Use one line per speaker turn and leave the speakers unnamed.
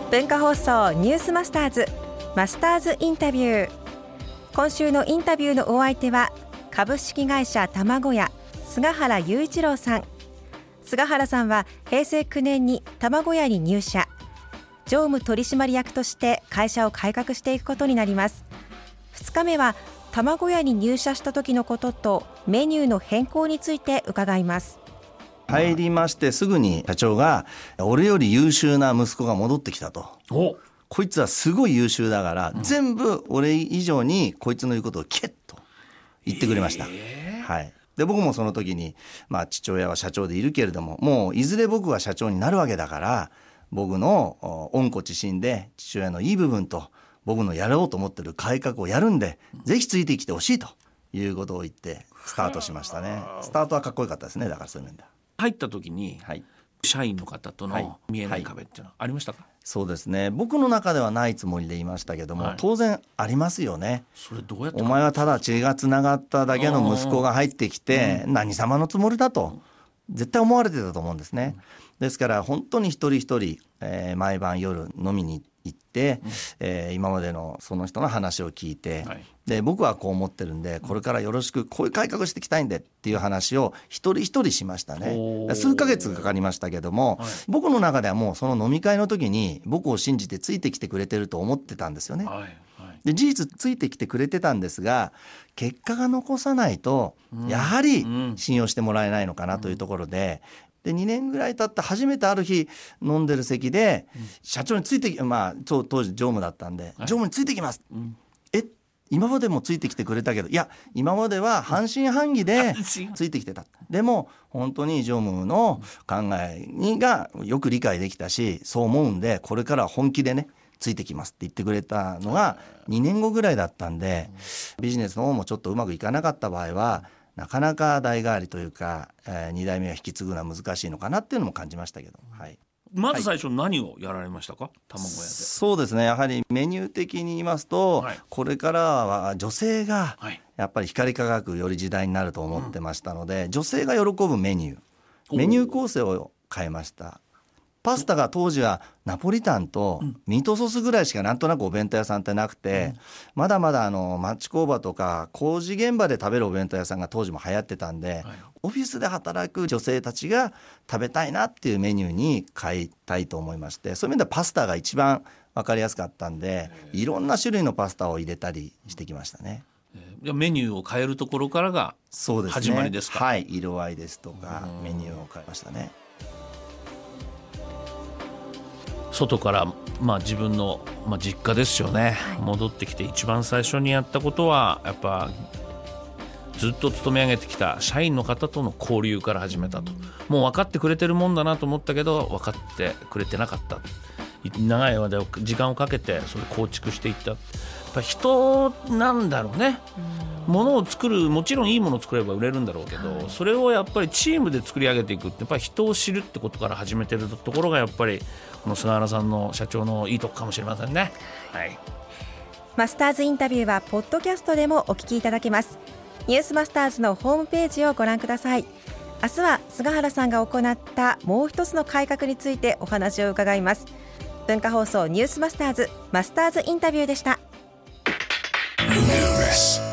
文化放送ニュースマスターズマスターズインタビュー。今週のインタビューのお相手は株式会社卵屋菅原雄一郎さん。菅原さんは平成9年に卵屋に入社、常務取締役として会社を改革していくことになります。2日目は卵屋に入社した時のこととメニューの変更について伺います。
入りましてすぐに社長が、俺より優秀な息子が戻ってきたと。こいつはすごい優秀だから、全部俺以上にこいつの言うことを聞けと言ってくれました。はい。で僕もその時に、父親は社長でいるけれども、もういずれ僕は社長になるわけだから、僕の温故知新で父親のいい部分と僕のやろうと思ってる改革をやるんで、ぜひついてきてほしいということを言ってスタートしましたね。スタートはかっこよかったですね。だからそういう面で
入った時に、社員の方との見えない壁っていうのはありましたか？
そうですね、僕の中ではないつもりでいましたけども、当然ありますよね。
それどうやって
お前はただ血がつながっただけの息子が入ってきて、何様のつもりだと絶対思われてたと思うんですね。ですから本当に一人一人、毎晩夜飲みに行って、今までのその人の話を聞いて、で僕はこう思ってるんでこれからよろしくこういう改革していきたいんでっていう話を一人一人しましたね。数ヶ月かかりましたけども、僕の中ではもうその飲み会の時に僕を信じてついてきてくれてると思ってたんですよね。で事実ついてきてくれてたんですが、結果が残さないとやはり信用してもらえないのかなというところで、で2年ぐらい経って初めてある日飲んでる席で、社長について当時常務だったんで、常務についてきます、今までもついてきてくれたけど、いや今までは半信半疑でついてきてた。でも本当に常務の考えがよく理解できたし、そう思うんでこれからは本気でねついてきますって言ってくれたのが2年後ぐらいだったんで、ビジネスの方もちょっとうまくいかなかった場合はなかなか代替わりというか、2代目が引き継ぐのは難しいのかなっていうのも感じましたけど、
まず最初何をやられましたか？卵屋で。
そうですね、やはりメニュー的に言いますと、これからは女性がやっぱり光り輝くより時代になると思ってましたので、女性が喜ぶメニュー構成を変えました。パスタが当時はナポリタンとミートソースぐらいしかなんとなくお弁当屋さんってなくて、まだまだ町工場とか工事現場で食べるお弁当屋さんが当時も流行ってたんで、オフィスで働く女性たちが食べたいなっていうメニューに変えたいと思いまして、そういう意味ではパスタが一番分かりやすかったんで、いろんな種類のパスタを入れたりしてきましたね。
メニューを変えるところからが始まりですか？
色合いですとかメニューを変えましたね。
外から、自分の、実家ですよね、戻ってきて一番最初にやったことはやっぱずっと勤め上げてきた社員の方との交流から始めたと。もう分かってくれてるもんだなと思ったけど分かってくれてなかった。長い間時間をかけてそれ構築していった。やっぱ人なんだろうね。物を作る、もちろんいいものを作れば売れるんだろうけど、それをやっぱりチームで作り上げていくって、やっぱり人を知るってことから始めてるところがやっぱりこの菅原さんの社長のいいとこかもしれませんね。
マスターズインタビューはポッドキャストでもお聞きいただけます。ニュースマスターズのホームページをご覧ください。明日は菅原さんが行ったもう一つの改革についてお話を伺います。文化放送ニュースマスターズマスターズインタビューでした。